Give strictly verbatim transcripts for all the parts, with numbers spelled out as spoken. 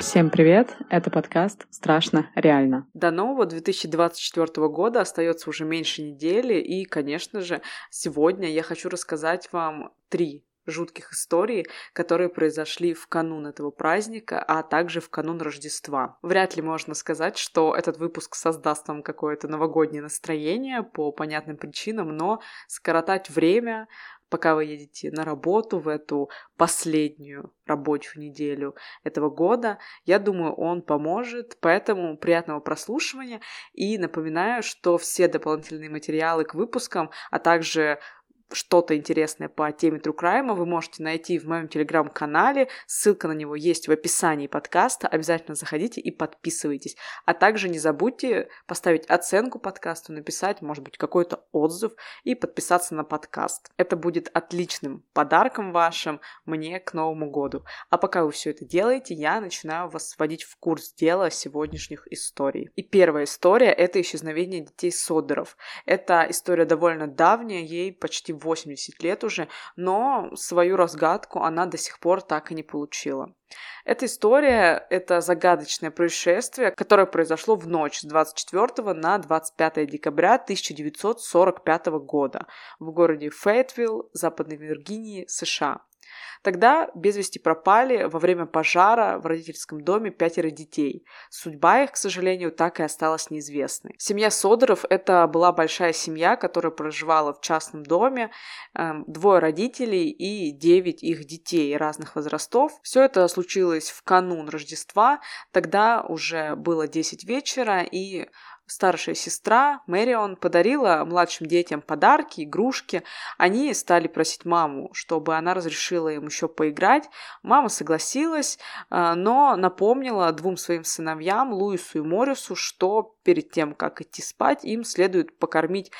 Всем привет! Это подкаст «Страшно реально». До нового две тысячи двадцать четвёртого года остается уже меньше недели, и, конечно же, сегодня я хочу рассказать вам три жутких историй, которые произошли в канун этого праздника, а также в канун Рождества. Вряд ли можно сказать, что этот выпуск создаст вам какое-то новогоднее настроение по понятным причинам, но скоротать время, пока вы едете на работу в эту последнюю рабочую неделю этого года, я думаю, он поможет. Поэтому приятного прослушивания. И напоминаю, что все дополнительные материалы к выпускам, а также что-то интересное по теме True Crime вы можете найти в моем телеграм-канале. Ссылка на него есть в описании подкаста. Обязательно заходите и подписывайтесь. А также не забудьте поставить оценку подкасту, написать, может быть, какой-то отзыв и подписаться на подкаст. Это будет отличным подарком вашим мне к Новому году. А пока вы все это делаете, я начинаю вас вводить в курс дела сегодняшних историй. И первая история — это исчезновение детей Содеров. Эта история довольно давняя, ей почти восемьдесят лет уже, но свою разгадку она до сих пор так и не получила. Эта история — это загадочное происшествие, которое произошло в ночь с двадцать четвёртого на двадцать пятое декабря тысяча девятьсот сорок пятого года в городе Фейтвилл, Западной Виргинии, США. Тогда без вести пропали во время пожара в родительском доме пятеро детей. Судьба их, к сожалению, так и осталась неизвестной. Семья Содеров — это была большая семья, которая проживала в частном доме, двое родителей и девять их детей разных возрастов. Все это случилось в канун Рождества. Тогда уже было десять вечера, и старшая сестра Мэрион подарила младшим детям подарки, игрушки. Они стали просить маму, чтобы она разрешила им еще поиграть. Мама согласилась, но напомнила двум своим сыновьям, Луису и Морису, что перед тем, как идти спать, им следует покормить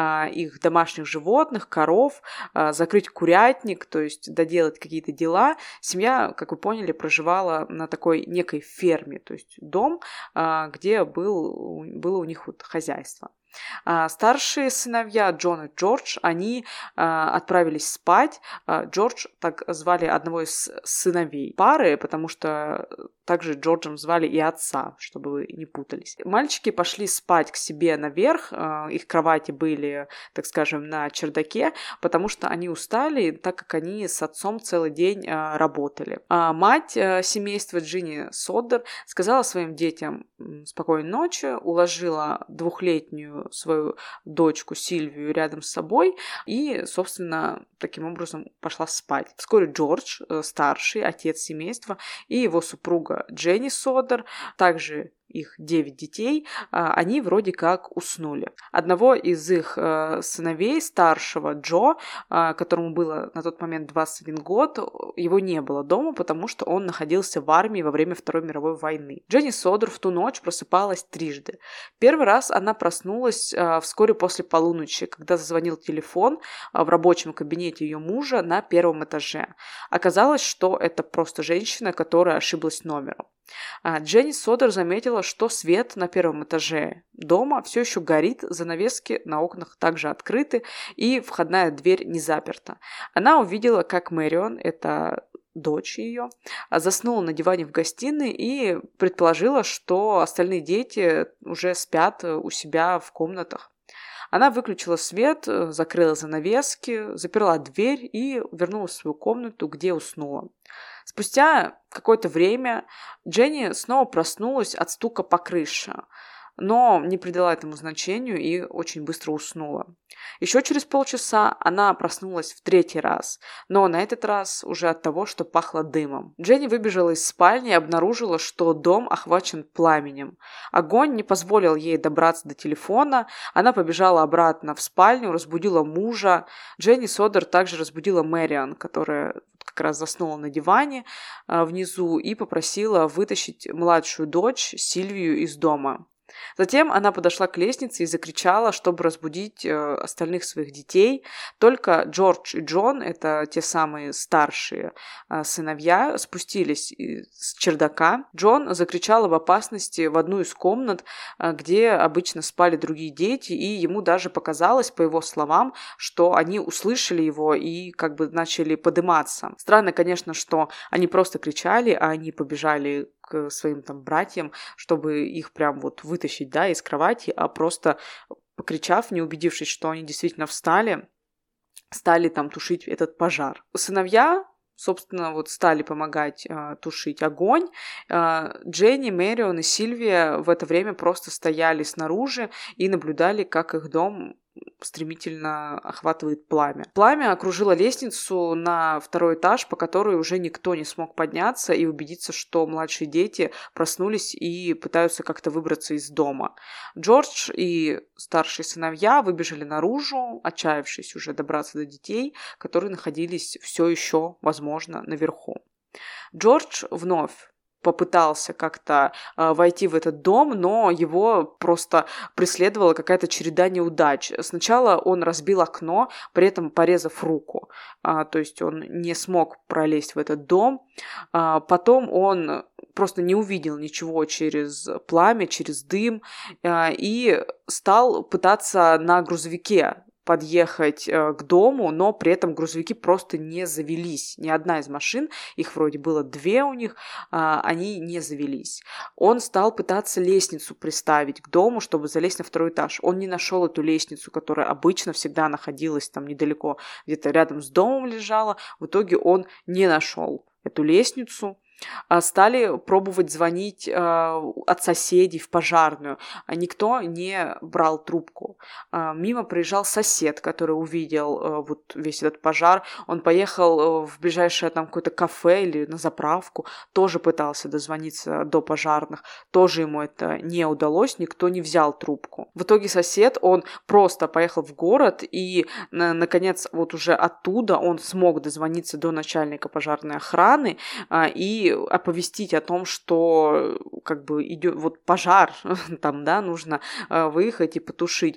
их домашних животных, коров, закрыть курятник, то есть доделать какие-то дела. Семья, как вы поняли, проживала на такой некой ферме, то есть дом, где был, было у них вот хозяйство. Старшие сыновья Джон и Джордж, они а, отправились спать. А, Джордж, так звали одного из сыновей пары, потому что также Джорджем звали и отца, чтобы вы не путались. Мальчики пошли спать к себе наверх, а, их кровати были, так скажем, на чердаке, потому что они устали, так как они с отцом целый день а, работали. А мать а, семейства Джинни Содер сказала своим детям спокойной ночи, уложила двухлетнюю свою дочку Сильвию рядом с собой и, собственно, таким образом пошла спать. Вскоре Джордж, старший, отец семейства, и его супруга Дженни Содер, также их девять детей, они вроде как уснули. Одного из их сыновей, старшего Джо, которому было на тот момент двадцать один год, его не было дома, потому что он находился в армии во время Второй мировой войны. Дженни Содер в ту ночь просыпалась трижды. Первый раз она проснулась вскоре после полуночи, когда зазвонил телефон в рабочем кабинете ее мужа на первом этаже. Оказалось, что это просто женщина, которая ошиблась номером. Дженни Содер заметила, что свет на первом этаже дома все еще горит, занавески на окнах также открыты, и входная дверь не заперта. Она увидела, как Мэрион, это дочь ее, заснула на диване в гостиной и предположила, что остальные дети уже спят у себя в комнатах. Она выключила свет, закрыла занавески, заперла дверь и вернулась в свою комнату, где уснула. Спустя какое-то время Дженни снова проснулась от стука по крыше, но не придала этому значению и очень быстро уснула. Еще через полчаса она проснулась в третий раз, но на этот раз уже от того, что пахло дымом. Дженни выбежала из спальни и обнаружила, что дом охвачен пламенем. Огонь не позволил ей добраться до телефона, она побежала обратно в спальню, разбудила мужа. Дженни Содер также разбудила Мэрион, которая как раз заснула на диване а, внизу, и попросила вытащить младшую дочь Сильвию из дома. Затем она подошла к лестнице и закричала, чтобы разбудить э, остальных своих детей. Только Джордж и Джон, это те самые старшие э, сыновья, спустились с чердака. Джон закричал об опасности в одну из комнат, э, где обычно спали другие дети, и ему даже показалось, по его словам, что они услышали его и как бы начали подниматься. Странно, конечно, что они просто кричали, а они побежали к своим там братьям, чтобы их прям вот вытащить, да, из кровати, а просто покричав, не убедившись, что они действительно встали, стали там тушить этот пожар. Сыновья, собственно, вот стали помогать э, тушить огонь. Э, Дженни, Мэрион и Сильвия в это время просто стояли снаружи и наблюдали, как их дом стремительно охватывает пламя. Пламя окружило лестницу на второй этаж, по которой уже никто не смог подняться и убедиться, что младшие дети проснулись и пытаются как-то выбраться из дома. Джордж и старшие сыновья выбежали наружу, отчаявшись уже добраться до детей, которые находились все еще, возможно, наверху. Джордж вновь попытался как-то э, войти в этот дом, но его просто преследовала какая-то череда неудач. Сначала он разбил окно, при этом порезав руку. А, то есть он не смог пролезть в этот дом. А, потом он просто не увидел ничего через пламя, через дым, а, и стал пытаться на грузовике подъехать э, к дому, но при этом грузовики просто не завелись. Ни одна из машин, их вроде было две у них, э, они не завелись. Он стал пытаться лестницу приставить к дому, чтобы залезть на второй этаж. Он не нашел эту лестницу, которая обычно всегда находилась там недалеко, где-то рядом с домом лежала. В итоге он не нашел эту лестницу. Стали пробовать звонить э, от соседей в пожарную. Никто не брал трубку. Э, мимо проезжал сосед, который увидел э, вот весь этот пожар. Он поехал в ближайшее там какое-то кафе или на заправку. Тоже пытался дозвониться до пожарных. Тоже ему это не удалось. Никто не взял трубку. В итоге сосед, он просто поехал в город. И, на, наконец, вот уже оттуда он смог дозвониться до начальника пожарной охраны. Э, и оповестить о том, что как бы идет вот пожар, там, да, нужно э, выехать и потушить.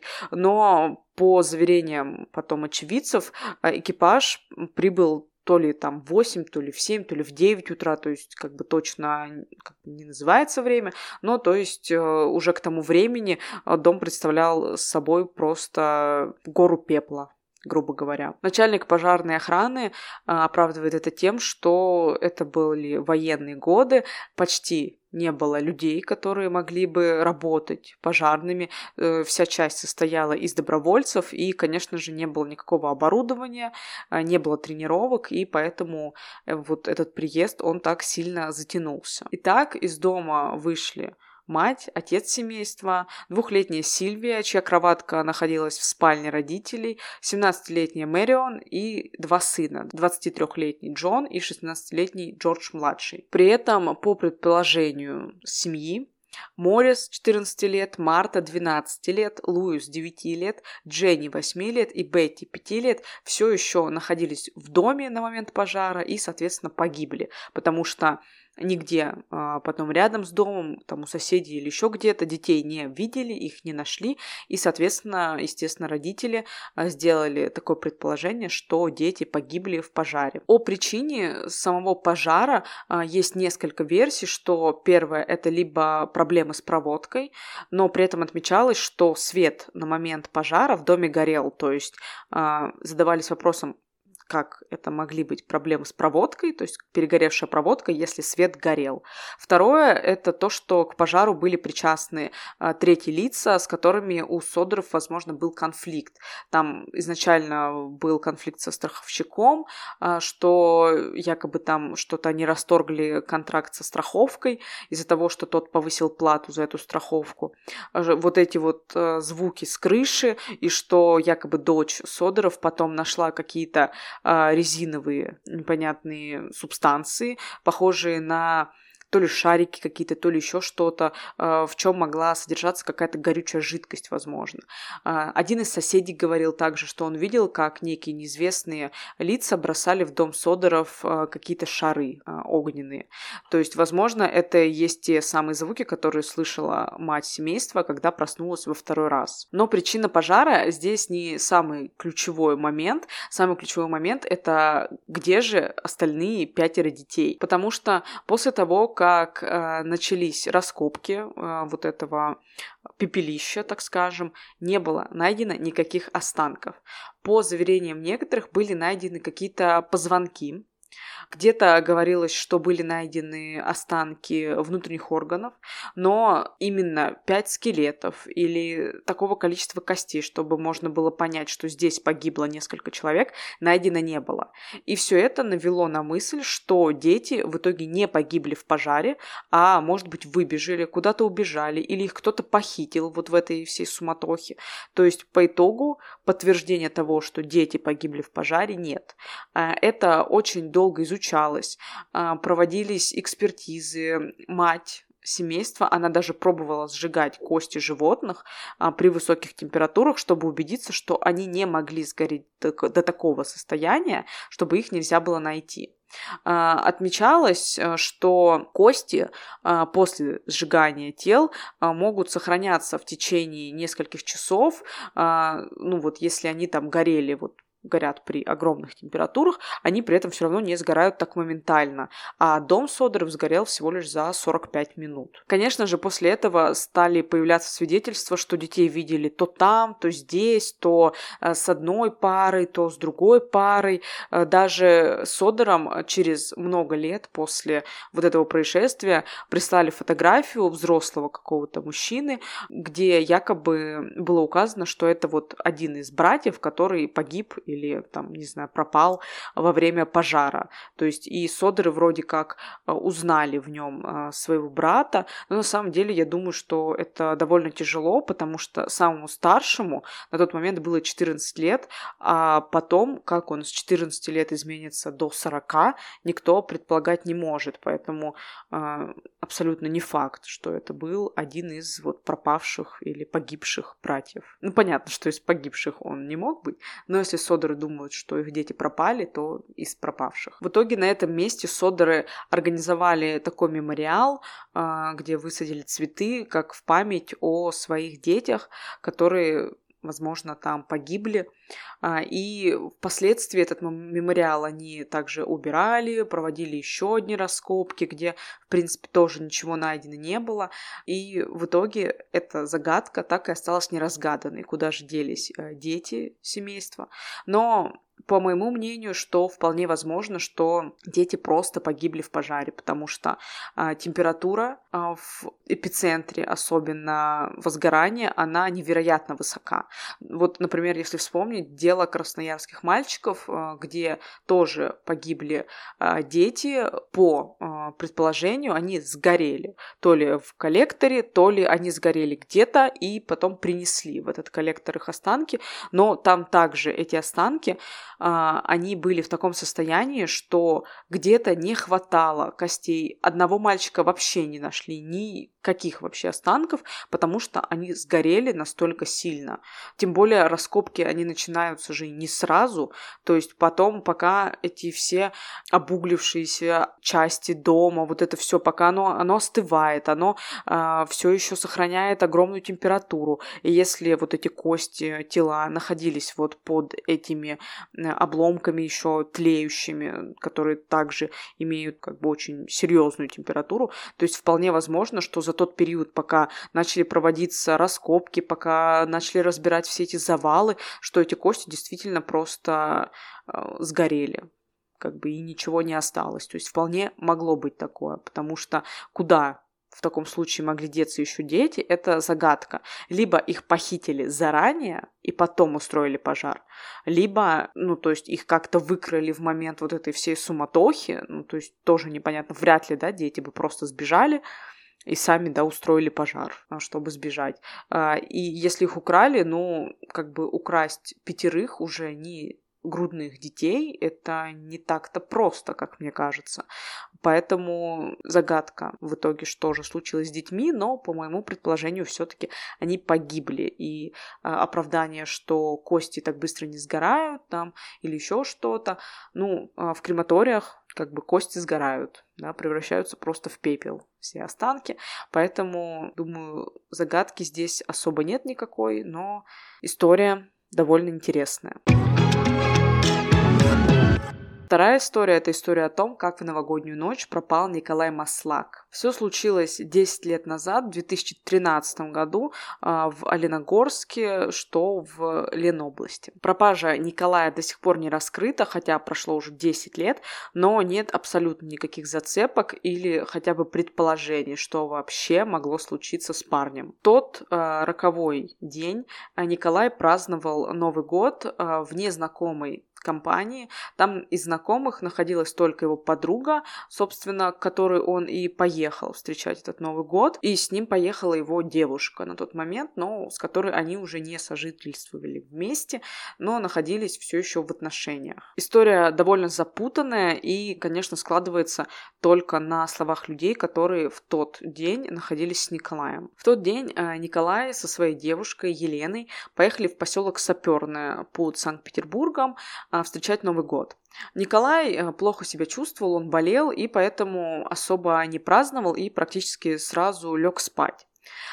Но по заверениям потом очевидцев, э, экипаж прибыл то ли там в восемь, то ли в семь, то ли в девять утра, то есть как бы точно как бы не называется время, но то есть э, уже к тому времени дом представлял собой просто гору пепла, грубо говоря. Начальник пожарной охраны а, оправдывает это тем, что это были военные годы, почти не было людей, которые могли бы работать пожарными. Э, вся часть состояла из добровольцев, и, конечно же, не было никакого оборудования, э, не было тренировок, и поэтому э, вот этот приезд, он так сильно затянулся. Итак, из дома вышли мать, отец семейства, двухлетняя Сильвия, чья кроватка находилась в спальне родителей, семнадцатилетняя Мэрион и два сына, двадцатитрёхлетний Джон и шестнадцатилетний Джордж-младший. При этом, по предположению семьи, Моррис четырнадцати лет, Марта двенадцати лет, Луис девяти лет, Дженни восьми лет и Бетти пяти лет все еще находились в доме на момент пожара и, соответственно, погибли, потому что нигде а, потом рядом с домом, там у соседей или еще где-то детей не видели, их не нашли, и, соответственно, естественно, родители а, сделали такое предположение, что дети погибли в пожаре. О причине самого пожара а, есть несколько версий, что первое — это либо проблемы с проводкой, но при этом отмечалось, что свет на момент пожара в доме горел, то есть а, задавались вопросом, как это могли быть проблемы с проводкой, то есть перегоревшая проводка, если свет горел. Второе — это то, что к пожару были причастны а, третьи лица, с которыми у Содеров, возможно, был конфликт. Там изначально был конфликт со страховщиком, а, что якобы там что-то они расторгли контракт со страховкой из-за того, что тот повысил плату за эту страховку. Вот эти вот а, звуки с крыши, и что якобы дочь Содеров потом нашла какие-то резиновые непонятные субстанции, похожие на то ли шарики какие-то, то ли еще что-то, в чем могла содержаться какая-то горючая жидкость, возможно. Один из соседей говорил также, что он видел, как некие неизвестные лица бросали в дом Содеров какие-то шары огненные. То есть, возможно, это и есть те самые звуки, которые слышала мать семейства, когда проснулась во второй раз. Но причина пожара здесь не самый ключевой момент. Самый ключевой момент — это где же остальные пятеро детей. Потому что после того, как э, начались раскопки э, вот этого пепелища, так скажем, не было найдено никаких останков. По заверениям некоторых были найдены какие-то позвонки, Где-то говорилось, что были найдены останки внутренних органов, но именно пять скелетов или такого количества костей, чтобы можно было понять, что здесь погибло несколько человек, найдено не было. И все это навело на мысль, что дети в итоге не погибли в пожаре, а, может быть, выбежали, куда-то убежали, или их кто-то похитил вот в этой всей суматохе. То есть, по итогу, подтверждения того, что дети погибли в пожаре, нет. Это очень долго изучалось, проводились экспертизы. Мать семейства, она даже пробовала сжигать кости животных при высоких температурах, чтобы убедиться, что они не могли сгореть до, до такого состояния, чтобы их нельзя было найти. Отмечалось, что кости после сжигания тел могут сохраняться в течение нескольких часов, ну вот если они там горели вот горят при огромных температурах, они при этом все равно не сгорают так моментально. А дом Содеров сгорел всего лишь за сорок пять минут. Конечно же, после этого стали появляться свидетельства, что детей видели то там, то здесь, то с одной парой, то с другой парой. Даже Содерам через много лет после вот этого происшествия прислали фотографию взрослого какого-то мужчины, где якобы было указано, что это вот один из братьев, который погиб или там, не знаю, пропал во время пожара. То есть и Содеры вроде как узнали в нем своего брата, но на самом деле я думаю, что это довольно тяжело, потому что самому старшему на тот момент было четырнадцать лет, а потом, как он с четырнадцати лет изменится до сорока, никто предполагать не может, поэтому э, абсолютно не факт, что это был один из вот пропавших или погибших братьев. Ну, понятно, что из погибших он не мог быть, но если Содеры думают, что их дети пропали, то из пропавших. В итоге на этом месте Содеры организовали такой мемориал, где высадили цветы, как в память о своих детях, которые, возможно, там погибли. И впоследствии этот мемориал они также убирали, проводили еще одни раскопки, где, в принципе, тоже ничего найдено не было. И в итоге эта загадка так и осталась неразгаданной, куда же делись дети семейства. Но по моему мнению, что вполне возможно, что дети просто погибли в пожаре, потому что а, температура а, в эпицентре, особенно возгорания, она невероятно высока. Вот, например, если вспомнить дело красноярских мальчиков, а, где тоже погибли а, дети, по а, предположению, они сгорели. То ли в коллекторе, то ли они сгорели где-то и потом принесли в этот коллектор их останки, но там также эти останки они были в таком состоянии, что где-то не хватало костей. Одного мальчика вообще не нашли, никаких вообще останков, потому что они сгорели настолько сильно. Тем более раскопки, они начинаются же не сразу, то есть потом, пока эти все обуглившиеся части дома, вот это все, пока оно, оно остывает, оно э, все еще сохраняет огромную температуру. И если вот эти кости, тела находились вот под этими обломками еще тлеющими, которые также имеют как бы очень серьезную температуру. То есть вполне возможно, что за тот период, пока начали проводиться раскопки, пока начали разбирать все эти завалы, что эти кости действительно просто э, сгорели. Как бы и ничего не осталось. То есть вполне могло быть такое, потому что куда в таком случае могли деться еще дети, это загадка. Либо их похитили заранее и потом устроили пожар, либо, ну, то есть их как-то выкрали в момент вот этой всей суматохи, ну, то есть тоже непонятно, вряд ли, да, дети бы просто сбежали и сами, да, устроили пожар, чтобы сбежать. И если их украли, ну, как бы украсть пятерых уже не грудных детей, это не так-то просто, как мне кажется. Поэтому загадка в итоге, что же случилось с детьми, но, по моему предположению, все-таки они погибли. И а, оправдание, что кости так быстро не сгорают там или еще что-то, ну, а в крематориях как бы кости сгорают, да, превращаются просто в пепел все останки. Поэтому, думаю, загадки здесь особо нет никакой, но история довольно интересная. Вторая история – это история о том, как в новогоднюю ночь пропал Николай Маслак. Все случилось десять лет назад, в две тысячи тринадцатом году, в Оленогорске, что в Ленобласти. Пропажа Николая до сих пор не раскрыта, хотя прошло уже десять лет, но нет абсолютно никаких зацепок или хотя бы предположений, что вообще могло случиться с парнем. Тот э, роковой день Николай праздновал Новый год э, в незнакомой компании. Там из знакомых находилась только его подруга, собственно, к которой он и поехал встречать этот Новый год. И с ним поехала его девушка на тот момент, но с которой они уже не сожительствовали вместе, но находились все еще в отношениях. История довольно запутанная и, конечно, складывается только на словах людей, которые в тот день находились с Николаем. В тот день Николай со своей девушкой Еленой поехали в поселок Саперное под Санкт-Петербургом встречать Новый год. Николай плохо себя чувствовал, он болел, и поэтому особо не праздновал и практически сразу лег спать.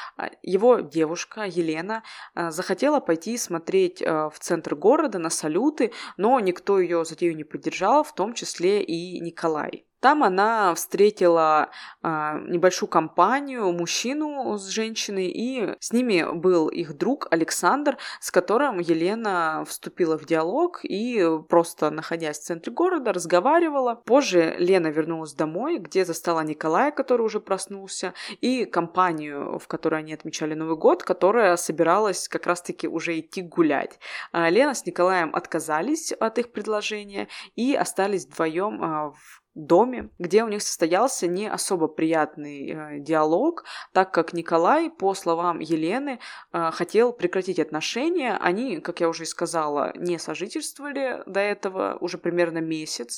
Его девушка Елена захотела пойти смотреть в центр города на салюты, но никто ее затею не поддержал, в том числе и Николай. Там она встретила а, небольшую компанию, мужчину с женщиной, и с ними был их друг Александр, с которым Елена вступила в диалог и просто, находясь в центре города, разговаривала. Позже Лена вернулась домой, где застала Николая, который уже проснулся, и компанию, в которой они отмечали Новый год, которая собиралась как раз-таки уже идти гулять. А Лена с Николаем отказались от их предложения и остались вдвоем а, в доме, где у них состоялся не особо приятный э, диалог, так как Николай, по словам Елены, э, хотел прекратить отношения. Они, как я уже и сказала, не сожительствовали до этого уже примерно месяц,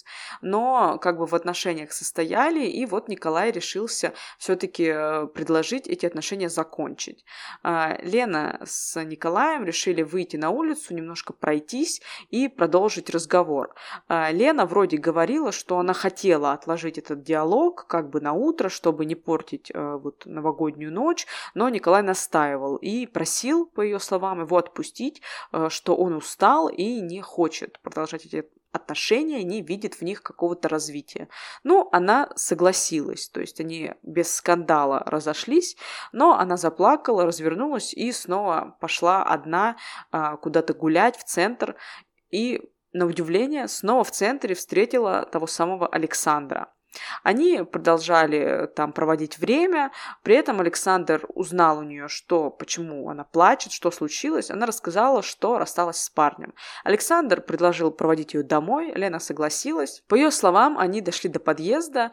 но как бы в отношениях состояли, и вот Николай решился все-таки предложить эти отношения закончить. Э, Лена с Николаем решили выйти на улицу, немножко пройтись и продолжить разговор. Э, Лена вроде говорила, что она хотела хотела отложить этот диалог как бы на утро, чтобы не портить э, вот новогоднюю ночь, но Николай настаивал и просил, по ее словам, его отпустить, э, что он устал и не хочет продолжать эти отношения, не видит в них какого-то развития. Ну, она согласилась, то есть они без скандала разошлись, но она заплакала, развернулась и снова пошла одна э, куда-то гулять в центр, и на удивление, снова в центре встретила того самого Александра. Они продолжали там проводить время, при этом Александр узнал у нее, что, почему она плачет, что случилось. Она рассказала, что рассталась с парнем. Александр предложил проводить ее домой, Лена согласилась. По ее словам, они дошли до подъезда,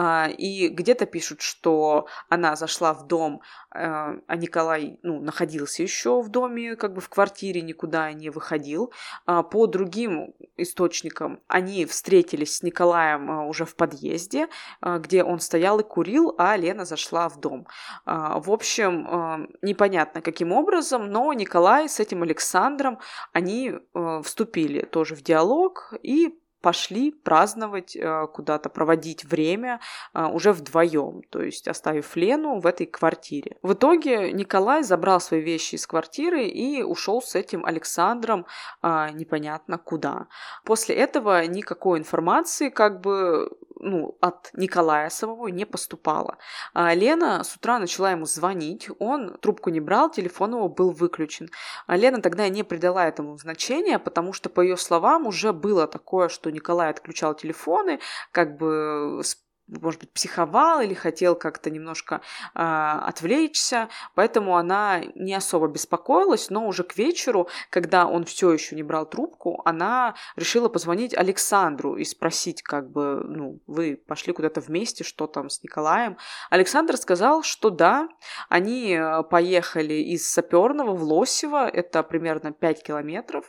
и где-то пишут, что она зашла в дом, а Николай ну, находился еще в доме, как бы в квартире, никуда не выходил. По другим источникам они встретились с Николаем уже в подъезде, где он стоял и курил, а Лена зашла в дом. В общем, непонятно каким образом, но Николай с этим Александром, они вступили тоже в диалог и пошли праздновать, куда-то проводить время уже вдвоем, то есть оставив Лену в этой квартире. В итоге Николай забрал свои вещи из квартиры и ушел с этим Александром непонятно куда. После этого никакой информации как бы ну, от Николая самого не поступало. А Лена с утра начала ему звонить, он трубку не брал, телефон его был выключен. А Лена тогда не придала этому значения, потому что, по ее словам, уже было такое, что Николай отключал телефоны, как бы может быть, психовал или хотел как-то немножко э, отвлечься, поэтому она не особо беспокоилась, но уже к вечеру, когда он все еще не брал трубку, она решила позвонить Александру и спросить, как бы, ну, вы пошли куда-то вместе, что там с Николаем. Александр сказал, что да, они поехали из Саперного в Лосево, это примерно пять километров.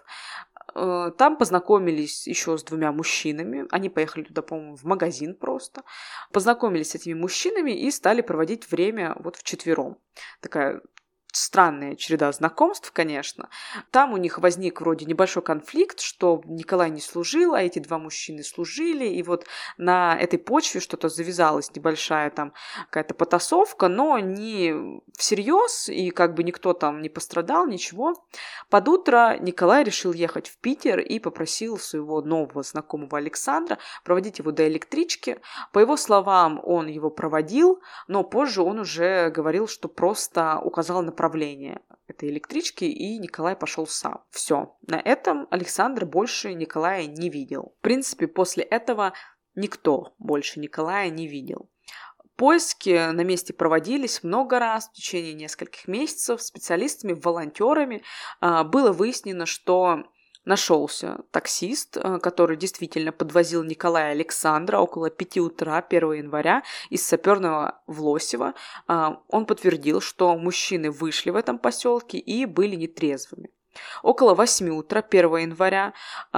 Там познакомились еще с двумя мужчинами. Они поехали туда, по-моему, в магазин просто. Познакомились с этими мужчинами и стали проводить время вот вчетвером. Такая странная череда знакомств, конечно. Там у них возник вроде небольшой конфликт, что Николай не служил, а эти два мужчины служили, и вот на этой почве что-то завязалась небольшая там какая-то потасовка, но не всерьез, и как бы никто там не пострадал, ничего. Под утро Николай решил ехать в Питер и попросил своего нового знакомого Александра проводить его до электрички. По его словам, он его проводил, но позже он уже говорил, что просто указал направление этой электрички, и Николай пошел сам. Все. На этом Александр больше Николая не видел. В принципе, после этого никто больше Николая не видел. Поиски на месте проводились много раз в течение нескольких месяцев специалистами, волонтерами. Было выяснено, что нашелся таксист, который действительно подвозил Николая Александра около пяти утра первого января из Саперного в Лосево. Он подтвердил, что мужчины вышли в этом поселке и были нетрезвыми. Около восьми утра первого января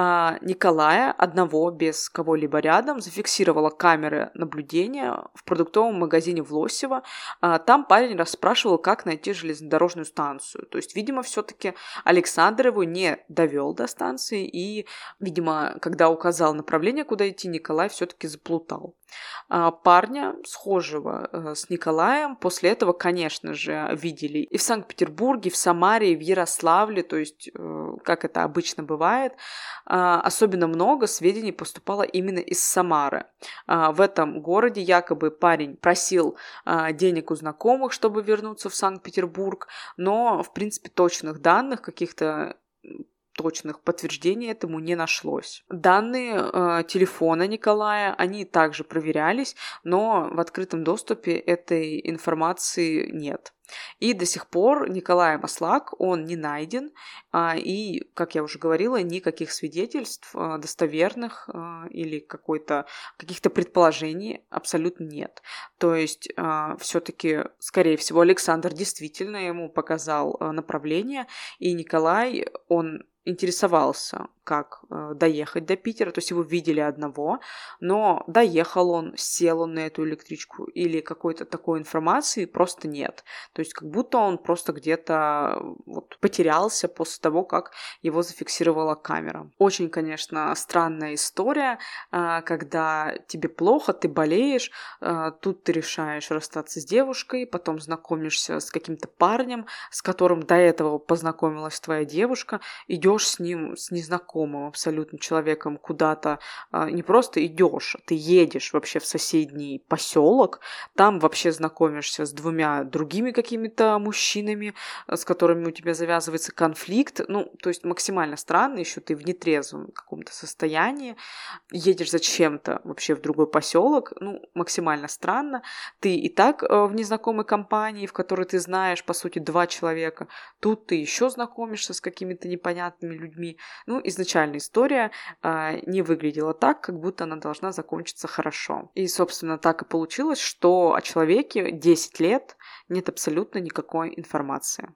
Николая, одного без кого-либо рядом, зафиксировала камера наблюдения в продуктовом магазине в Лосево. Там парень расспрашивал, как найти железнодорожную станцию. То есть, видимо, все-таки Александр его не довел до станции, и, видимо, когда указал направление, куда идти, Николай все-таки заплутал. Парня, схожего с Николаем, после этого, конечно же, видели и в Санкт-Петербурге, и в Самаре, и в Ярославле, то есть, как это обычно бывает. Особенно много сведений поступало именно из Самары. В этом городе якобы парень просил денег у знакомых, чтобы вернуться в Санкт-Петербург, но, в принципе, точных данных, каких-то точных подтверждений этому не нашлось. Данные э, телефона Николая, они также проверялись, но в открытом доступе этой информации нет. И до сих пор Николай Маслак, он не найден, а, и, как я уже говорила, никаких свидетельств а, достоверных а, или какой-то, каких-то предположений абсолютно нет. То есть а, все-таки, скорее всего, Александр действительно ему показал а, направление, и Николай, он интересовался, как э, доехать до Питера, то есть его видели одного, но доехал он, сел он на эту электричку или какой-то такой информации просто нет. То есть как будто он просто где-то вот, потерялся после того, как его зафиксировала камера. Очень, конечно, странная история, э, когда тебе плохо, ты болеешь, э, тут ты решаешь расстаться с девушкой, потом знакомишься с каким-то парнем, с которым до этого познакомилась твоя девушка, идешь с ним, с незнакомым абсолютно человеком куда-то, не просто идешь, ты едешь вообще в соседний поселок, там вообще знакомишься с двумя другими какими-то мужчинами, с которыми у тебя завязывается конфликт, ну, то есть максимально странно, еще ты в нетрезвом каком-то состоянии, едешь зачем-то вообще в другой поселок, ну, максимально странно, ты и так в незнакомой компании, в которой ты знаешь, по сути, два человека, тут ты еще знакомишься с какими-то непонятными людьми. Ну, изначально история э, не выглядела так, как будто она должна закончиться хорошо. И, собственно, так и получилось, что о человеке десять лет нет абсолютно никакой информации.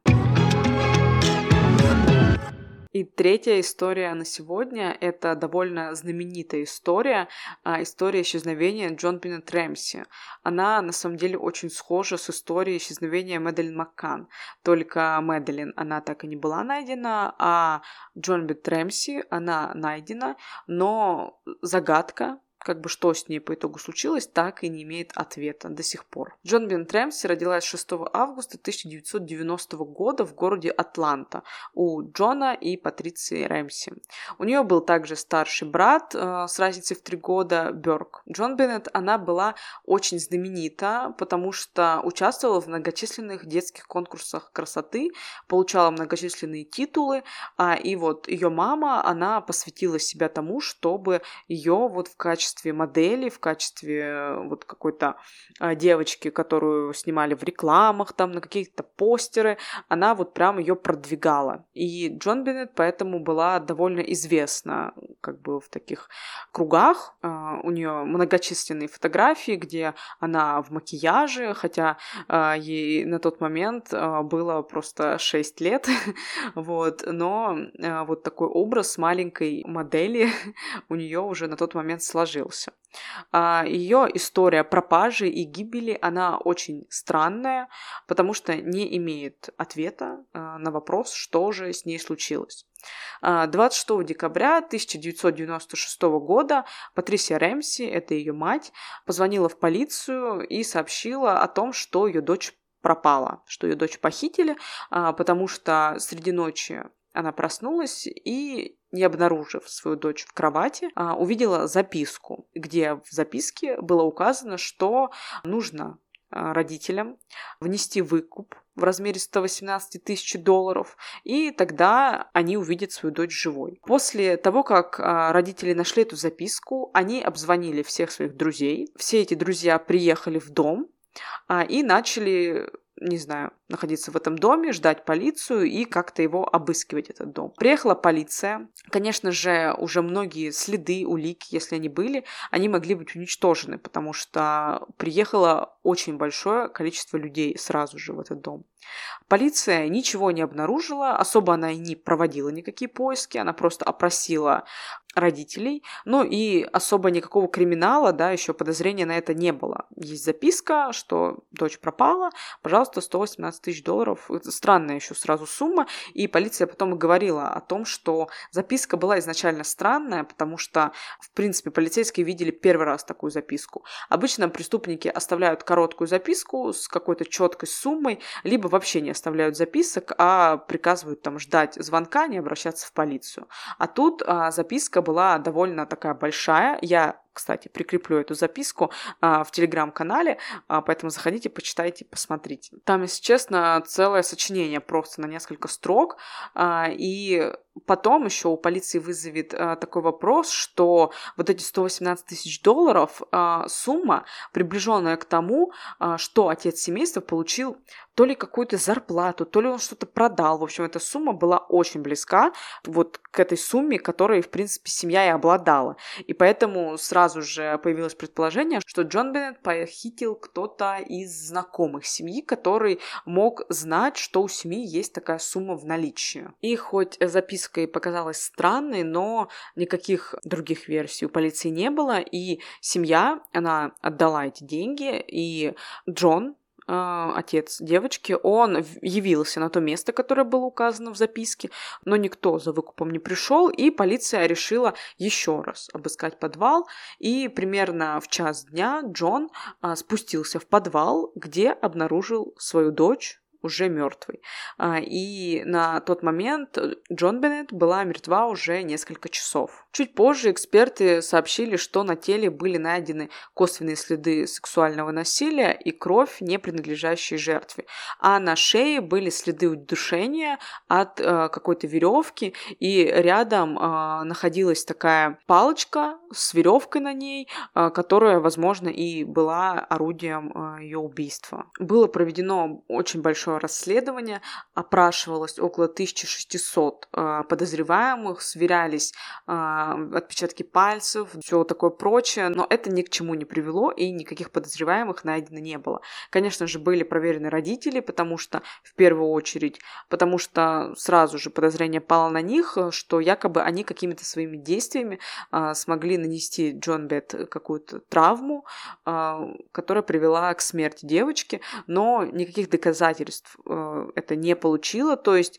И третья история на сегодня – это довольно знаменитая история, история исчезновения Джон Беннет Рэмси. Она, на самом деле, очень схожа с историей исчезновения Мэдалин Маккан. Только Мэдалин, она так и не была найдена, а Джон Беннет Рэмси, она найдена, но загадка, как бы что с ней по итогу случилось, так и не имеет ответа до сих пор. Джон Беннет Рэмси родилась шестого августа тысяча девятьсот девяностого года в городе Атланта у Джона и Патриции Рэмси. У нее был также старший брат э, с разницей в три года Бёрк. Джон Беннет, она была очень знаменита, потому что участвовала в многочисленных детских конкурсах красоты, получала многочисленные титулы, а, и вот ее мама, она посвятила себя тому, чтобы ее вот в качестве модели, в качестве вот какой-то а, девочки, которую снимали в рекламах, там на какие-то постеры, она вот прям ее продвигала. И Джон Беннет поэтому была довольно известна как бы в таких кругах. А, у нее многочисленные фотографии, где она в макияже, хотя а, ей на тот момент а, было просто шесть лет, вот, но а, вот такой образ маленькой модели у нее уже на тот момент сложился. Ее история пропажи и гибели, она очень странная, потому что не имеет ответа на вопрос, что же с ней случилось. двадцать шестого декабря тысяча девятьсот девяносто шестого года Патрисия Рэмси, это ее мать, позвонила в полицию и сообщила о том, что ее дочь пропала, что ее дочь похитили, потому что среди ночи она проснулась и, не обнаружив свою дочь в кровати, увидела записку, где в записке было указано, что нужно родителям внести выкуп в размере сто восемнадцать тысяч долларов, и тогда они увидят свою дочь живой. После того, как родители нашли эту записку, они обзвонили всех своих друзей. Все эти друзья приехали в дом и начали, не знаю, находиться в этом доме, ждать полицию и как-то его обыскивать, этот дом. Приехала полиция. Конечно же, уже многие следы, улики, если они были, они могли быть уничтожены, потому что приехало очень большое количество людей сразу же в этот дом. Полиция ничего не обнаружила, особо она и не проводила никакие поиски, она просто опросила родителей, ну и особо никакого криминала, да, еще подозрения на это не было. Есть записка, что дочь пропала, пожалуйста, сто восемнадцать тысяч долларов. Это странная еще сразу сумма, и полиция потом и говорила о том, что записка была изначально странная, потому что, в принципе, полицейские видели первый раз такую записку. Обычно преступники оставляют короткую записку с какой-то четкой суммой, либо вообще не оставляют записок, а приказывают там ждать звонка, не обращаться в полицию. А тут а, записка была довольно такая большая. Я, кстати, прикреплю эту записку а, в телеграм-канале, а, поэтому заходите, почитайте, посмотрите. Там, если честно, целое сочинение просто на несколько строк, а, и потом еще у полиции вызовет а, такой вопрос, что вот эти сто восемнадцать тысяч долларов а, сумма, приближенная к тому, а, что отец семейства получил то ли какую-то зарплату, то ли он что-то продал. В общем, эта сумма была очень близка вот к этой сумме, которой, в принципе, семья и обладала. И поэтому сразу же появилось предположение, что Джон Беннет похитил кто-то из знакомых семьи, который мог знать, что у семьи есть такая сумма в наличии. И хоть записка и показалась странной, но никаких других версий у полиции не было, и семья, она отдала эти деньги, и Джон, отец девочки, он явился на то место, которое было указано в записке, но никто за выкупом не пришел, и полиция решила еще раз обыскать подвал, и примерно в час дня Джон спустился в подвал, где обнаружил свою дочь уже мертвой. И на тот момент Джон Беннет была мертва уже несколько часов. Чуть позже эксперты сообщили, что на теле были найдены косвенные следы сексуального насилия и кровь, не принадлежащая жертве. А на шее были следы удушения от э, какой-то веревки, и рядом э, находилась такая палочка с веревкой на ней, э, которая, возможно, и была орудием э, ее убийства. Было проведено очень большое расследование, опрашивалось около тысяча шестьсот э, подозреваемых, сверялись э, отпечатки пальцев, все такое прочее, но это ни к чему не привело, и никаких подозреваемых найдено не было. Конечно же, были проверены родители, потому что, в первую очередь, потому что сразу же подозрение пало на них, что якобы они какими-то своими действиями э, смогли нанести Джон Бет какую-то травму, э, которая привела к смерти девочки, но никаких доказательств э, это не получило, то есть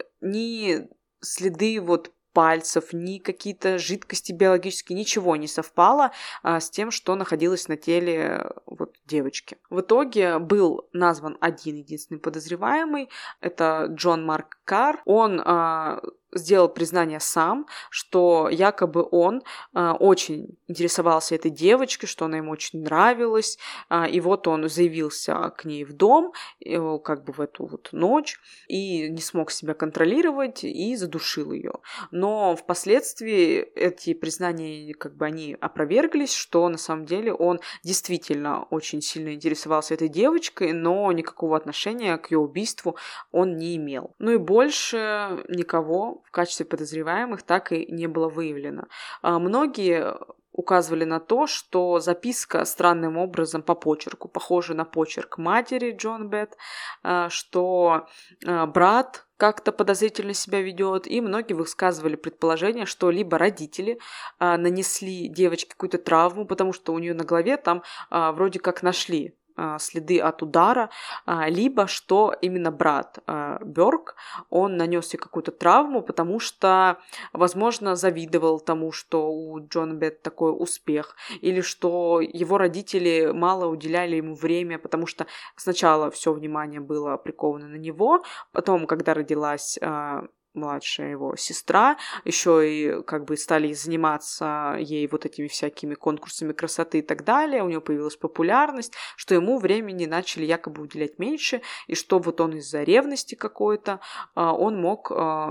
ни следы вот пальцев, ни какие-то жидкости биологические, ничего не совпало а, с тем, что находилось на теле вот, девочки. В итоге был назван один единственный подозреваемый, это Джон Марк Карр. Он а, сделал признание сам, что якобы он э, очень интересовался этой девочкой, что она ему очень нравилась, э, и вот он заявился к ней в дом, э, как бы в эту вот ночь, и не смог себя контролировать, и задушил ее. Но впоследствии эти признания, как бы они опроверглись, что на самом деле он действительно очень сильно интересовался этой девочкой, но никакого отношения к ее убийству он не имел. Ну и больше никого в качестве подозреваемых так и не было выявлено. Многие указывали на то, что записка странным образом по почерку похожа на почерк матери Джон Бет, что брат как-то подозрительно себя ведет, и многие высказывали предположение, что либо родители а, нанесли девочке какую-то травму, потому что у нее на голове там а, вроде как нашли следы от удара, либо что именно брат Бёрк, он нанес ей какую-то травму, потому что, возможно, завидовал тому, что у Джона Бет такой успех, или что его родители мало уделяли ему время, потому что сначала все внимание было приковано на него, потом, когда родилась младшая его сестра, еще и как бы стали заниматься ей вот этими всякими конкурсами красоты и так далее, у него появилась популярность, что ему времени начали якобы уделять меньше, и что вот он из-за ревности какой-то, он мог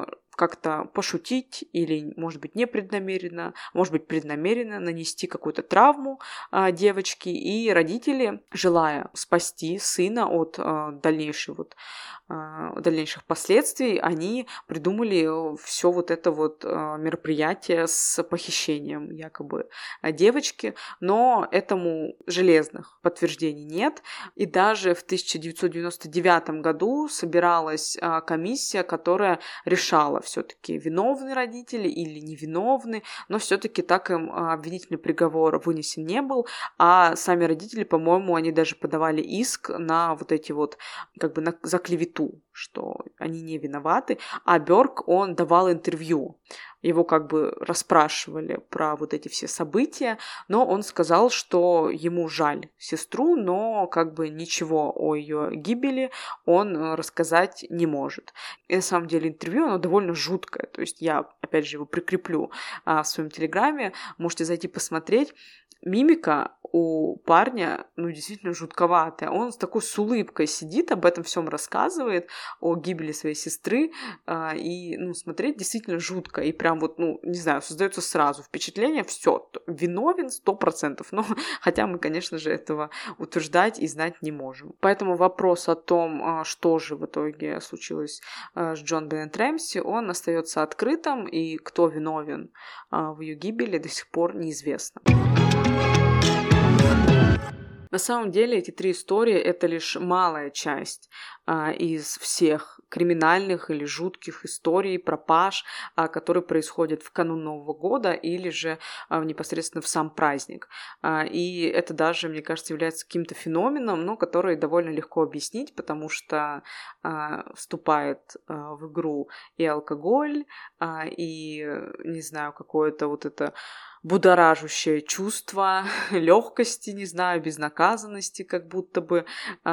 как-то пошутить или, может быть, непреднамеренно, может быть, преднамеренно нанести какую-то травму а, девочке, и родители, желая спасти сына от а, дальнейшей вот, а, дальнейших последствий, они придумали все вот это вот а, мероприятие с похищением якобы девочки, но этому железных подтверждений нет, и даже в тысяча девятьсот девяносто девятом году собиралась а, комиссия, которая решала, все-таки виновны родители или невиновны, но все-таки так им обвинительный приговор вынесен не был, а сами родители, по-моему, они даже подавали иск на вот эти вот, как бы на, за клевету, что они не виноваты, а Бёрк, он давал интервью, его как бы расспрашивали про вот эти все события, но он сказал, что ему жаль сестру, но как бы ничего о ее гибели он рассказать не может. И на самом деле интервью, оно довольно жуткое, то есть я, опять же, его прикреплю а, в своем телеграме, можете зайти посмотреть. Мимика у парня, ну, действительно жутковатая. Он с такой с улыбкой сидит, об этом всем рассказывает, о гибели своей сестры, а, и, ну, смотреть действительно жутко, и прям вот, ну, не знаю, создается сразу впечатление, все, виновен сто процентов, но хотя мы, конечно же, этого утверждать и знать не можем. Поэтому вопрос о том, что же в итоге случилось с Джон Беннет Рэмси, он остается открытым, и кто виновен в ее гибели, до сих пор неизвестно. На самом деле эти три истории — это лишь малая часть а, из всех криминальных или жутких историй, пропаж, а, которые происходят в канун Нового года или же а, непосредственно в сам праздник. А, и это даже, мне кажется, является каким-то феноменом, но который довольно легко объяснить, потому что а, вступает а, в игру и алкоголь, а, и, не знаю, какое-то вот это будоражащее чувство легкости, не знаю, безнаказанности как будто бы.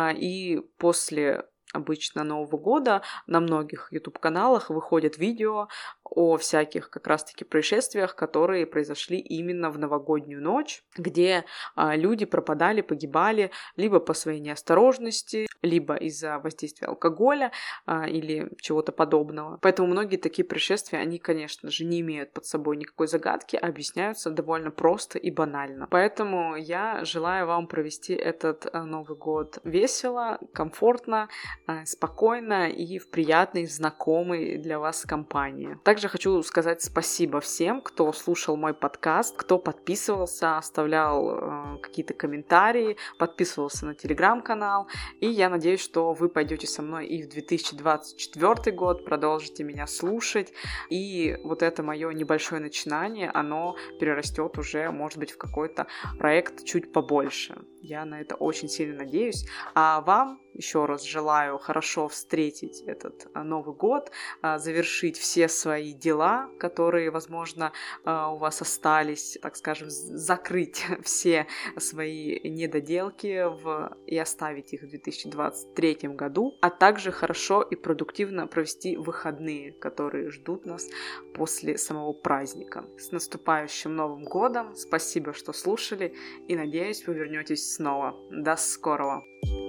И после обычно Нового года на многих YouTube-каналах выходят видео о всяких как раз-таки происшествиях, которые произошли именно в новогоднюю ночь, где а, люди пропадали, погибали либо по своей неосторожности, либо из-за воздействия алкоголя а, или чего-то подобного. Поэтому многие такие происшествия, они, конечно же, не имеют под собой никакой загадки, а объясняются довольно просто и банально. Поэтому я желаю вам провести этот а, Новый год весело, комфортно, а, спокойно и в приятной, знакомой для вас компании. Также хочу сказать спасибо всем, кто слушал мой подкаст, кто подписывался, оставлял э, какие-то комментарии, подписывался на телеграм-канал. И я надеюсь, что вы пойдете со мной и в две тысячи двадцать четвёртый год, продолжите меня слушать. И вот это мое небольшое начинание, оно перерастет уже, может быть, в какой-то проект чуть побольше. Я на это очень сильно надеюсь. А вам еще раз желаю хорошо встретить этот Новый год, завершить все свои дела, которые, возможно, у вас остались, так скажем, закрыть все свои недоделки в... и оставить их в две тысячи двадцать третьем году, а также хорошо и продуктивно провести выходные, которые ждут нас после самого праздника. С наступающим Новым годом! Спасибо, что слушали, и надеюсь, вы вернетесь снова. До скорого!